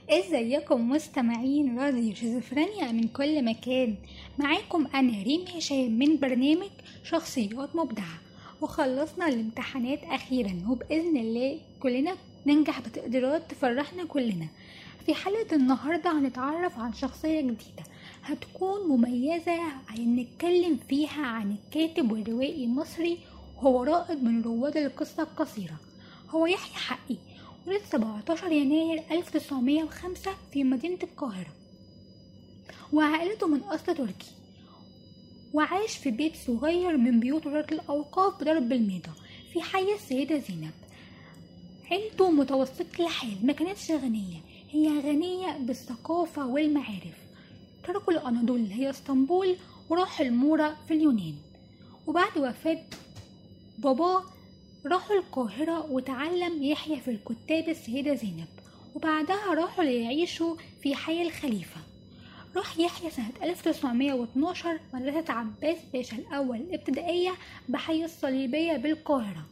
ازيكم مستمعين راديو شيزوفرينيا من كل مكان. معاكم انا ريم هشام من برنامج شخصيات مبدعة. وخلصنا الامتحانات اخيرا وباذن الله كلنا ننجح بتقديرات تفرحنا كلنا. في حلقة النهاردة هنتعرف عن شخصية جديدة هتكون مميزة نتكلم فيها عن الكاتب والروائي المصري، هو رائد من رواد القصة القصيرة. هو يحيى حقي، ولد 17 يناير 1905 في مدينة القاهرة، وعائلته من أصل تركي، وعاش في بيت صغير من بيوت وزارة الأوقاف بدرب الميضة في حي السيدة زينب. عيلته متوسطة الحال، ما كانتش غنية، هي غنية بالثقافة والمعارف. تركوا الأناضول اللي هي اسطنبول وراحوا المورا في اليونان، وبعد وفاة باباه راحوا القاهرة وتعلم يحيى في الكتاب السيدة زينب، وبعدها راحوا ليعيشوا في حي الخليفة. راح يحيى سنة 1912 مدرسة عباس باشا الأول الابتدائية بحي الصليبية بالقاهرة،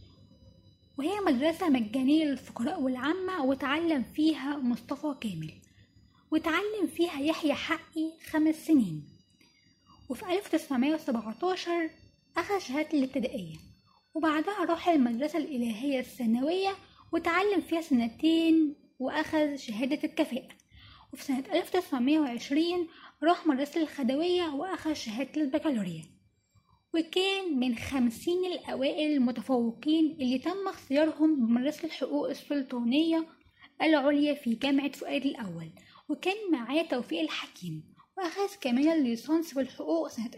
وهي مدرسة مجانية للفقراء والعامة، وتعلم فيها مصطفى كامل، وتعلم فيها يحيى حقي 5 سنين. وفي 1917 أخذ شهادة الابتدائية، وبعدها راح المدرسة الإلهية الثانوية وتعلم فيها 2 سنين وأخذ شهادة الكفاءة. وفي سنة 1920 راح مدرسة الخدوية وأخذ شهادة البكالوريا، وكان من 50 الأوائل المتفوقين اللي تم اختيارهم بمدرسة الحقوق السلطانية العليا في جامعة فؤاد الأول، وكان معاه توفيق الحكيم، وأخذ كمان الليسانس في الحقوق سنة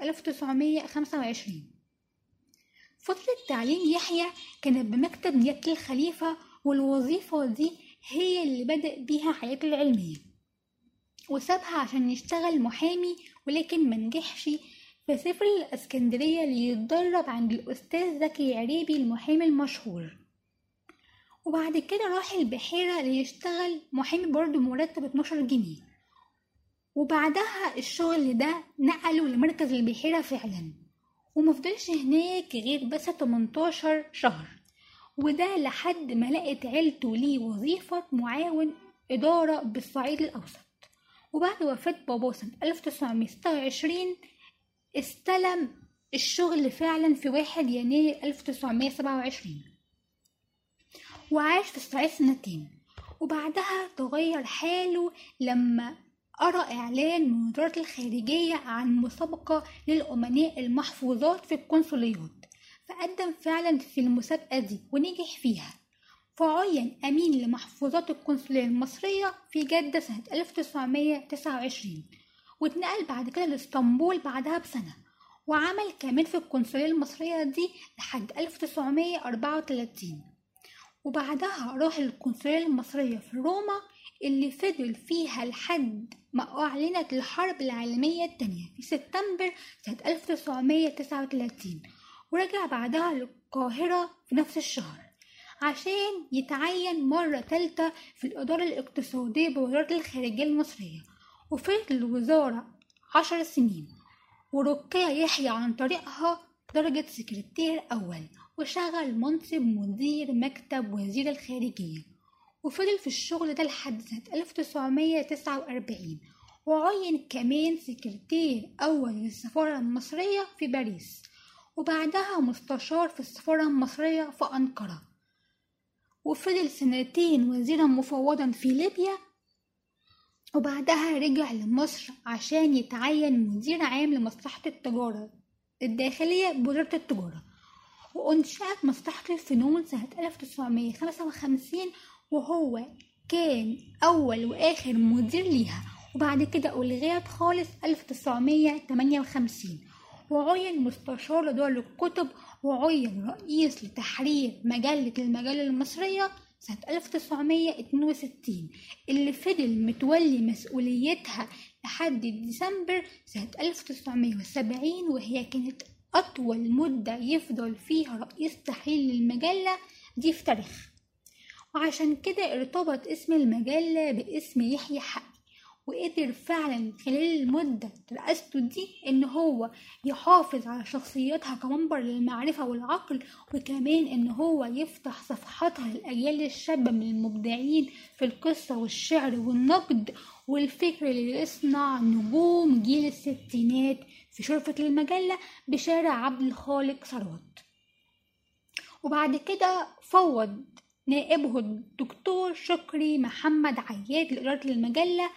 1925. فترة تعليم يحيى كانت بمكتب نيابة الخليفة، والوظيفة دي هي اللي بدأ بيها حياته العلمية، وسابها عشان يشتغل محامي، ولكن منجحش، فسافر الإسكندرية ليتدرب عند الأستاذ زكي عريبي المحامي المشهور. وبعد كده راح البحيرة ليشتغل محامي برضه مرتب 12 جنيه، وبعدها الشغل ده نقله لمركز البحيرة فعلا، ومفضلش هناك غير بس 18 شهر، وده لحد ما لقت عيلته ليه وظيفة معاون إدارة بالصعيد الأوسط. وبعد وفاة بابا سنة 1926 استلم الشغل فعلا في 1 يناير 1927، وعاش في الصعيد 2 سنين. وبعدها تغير حاله لما قرأ إعلان من وزارة الخارجية عن مسابقة للأمناء المحفوظات في القنصليات، فقدم فعلا في المسابقة دي ونجح فيها، فعين أمين لمحفوظات القنصلية المصرية في جدة سنة 1929، واتنقل بعد كده لإسطنبول بعدها بسنة، وعمل كمان في القنصلية المصرية دي لحد 1934. وبعدها راح القنصلية المصرية في روما اللي فضل فيها لحد ما أعلنت الحرب العالمية الثانية في سبتمبر سنة 1939، ورجع بعدها للقاهرة في نفس الشهر عشان يتعين مرة تالتة في الإدارة الاقتصادية بوزارة الخارجية المصرية، وفضل الوزارة 10 سنين، ورقي يحيى عن طريقها درجة سكرتير أول، وشغل منصب مدير مكتب وزير الخارجية، وفضل في الشغل ده لحد سنة 1949، وعين كمان سكرتير أول للسفارة المصرية في باريس، وبعدها مستشار في السفارة المصرية في أنقرة، وفضل 2 سنين وزيرا مفوضا في ليبيا، وبعدها رجع لمصر عشان يتعين مدير عام لمصلحة التجارة الداخلية بوزارة التجارة، وأنشأت مصلحة الفنون سنة 1955، وهو كان أول وآخر مدير ليها، وبعد كده ألغيت خالص 1958، وعين مستشار لدول الكتب، وعين رئيس لتحرير مجلة المجلة المصرية سنة 1962 اللي فضل متولي مسؤوليتها لحد ديسمبر سنة 1970، وهي كانت أطول مدة يفضل فيها رئيس تحرير للمجلة دي في تاريخ، وعشان كده ارتبط اسم المجلة باسم يحيى حقي، وقدر فعلا خلال المدة رئاسته دي ان هو يحافظ على شخصيتها كمنبر للمعرفة والعقل، وكمان ان هو يفتح صفحاتها للأجيال الشابة من المبدعين في القصة والشعر والنقد والفكر اللي يصنع نجوم جيل الستينات في شرفة المجلة بشارع عبد الخالق ثروت. وبعد كده فوض نائبه الدكتور شكري محمد عياد لإدارة المجلة.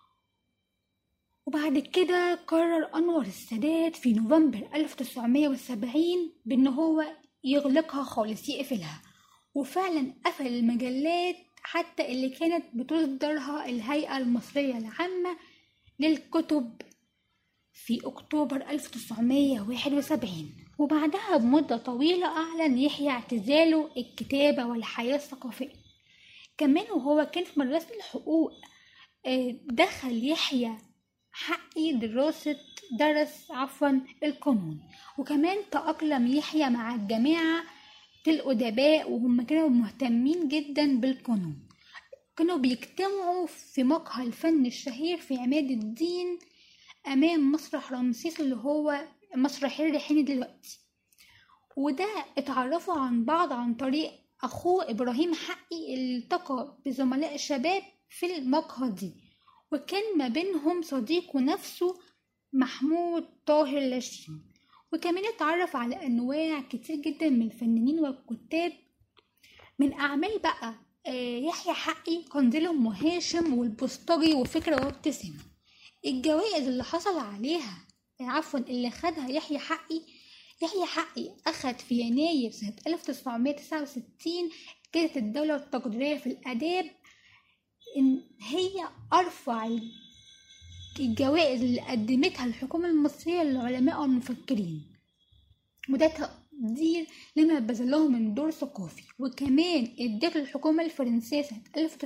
وبعد كده قرر أنور السادات في نوفمبر 1970 بأن هو يغلقها خالص، يقفلها. وفعلا قفل المجلات حتى اللي كانت بتصدرها الهيئة المصرية العامة للكتب في أكتوبر 1971. وبعدها بمدة طويلة أعلن يحيى اعتزاله الكتابة والحياة الثقافية. كمان وهو كان في مدرسة الحقوق دخل يحيى حقي درس القانون. وكمان تأقلم يحيى مع الجماعة الأدباء وهم كانوا مهتمين جدا بالقانون. كانوا بيجتمعوا في مقهى الفن الشهير في عماد الدين أمام مسرح رمسيس اللي هو مسرح الريحاني دلوقتي. وده اتعرفوا عن بعض عن طريق أخوه إبراهيم حقي اللي التقى بزملاء الشباب في المقهى دي، وكان ما بينهم صديقه نفسه محمود طاهر لاشين. وكمان اتعرف على أنواع كتير جدا من الفنانين والكتاب من أعمال بقى يحيى حقي، قنديل وهاشم والبوسطجي وفكرة وابتسامة. الجوائز اللي حصل عليها اللي خدها يحيى حقي أخد في يناير سنة 1969 جائزة الدولة التقديرية في الآداب، إن هي أرفع الجوائز اللي قدمتها الحكومة المصرية للعلماء والمفكرين، وده تقدير لما بذله من دور ثقافي. وكمان ادت الحكومة الفرنسية سنة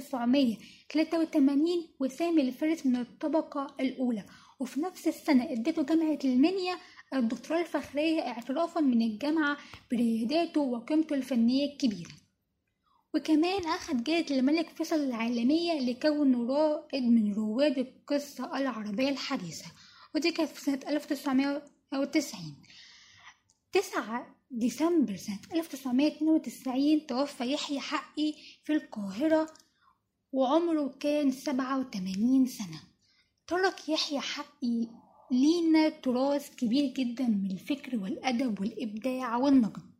1983 وسام الفارس من الطبقة الأولى. وفي نفس السنة ادته جامعة المنيا الدكتوراه الفخرية اعترافا من الجامعة برياداته وقيمته الفنية الكبيرة. وكمان أخد جائزة الملك فيصل العالمية لكونه رائد من رواد القصة العربية الحديثة، ودي كانت في سنة 1990. 9 ديسمبر سنة 1992 توفى يحيى حقي في القاهرة وعمره كان 87 سنة. ترك يحيى حقي لينا تراث كبير جدا من الفكر والأدب والإبداع والنقد.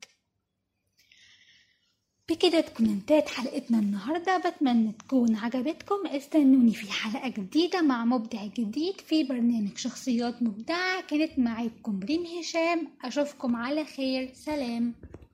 بكده تكون انتهت حلقتنا النهاردة، بتمنى تكون عجبتكم. استنوني في حلقة جديدة مع مبدع جديد في برنامج شخصيات مبدعة. كانت معاكم ريم هشام، أشوفكم على خير، سلام.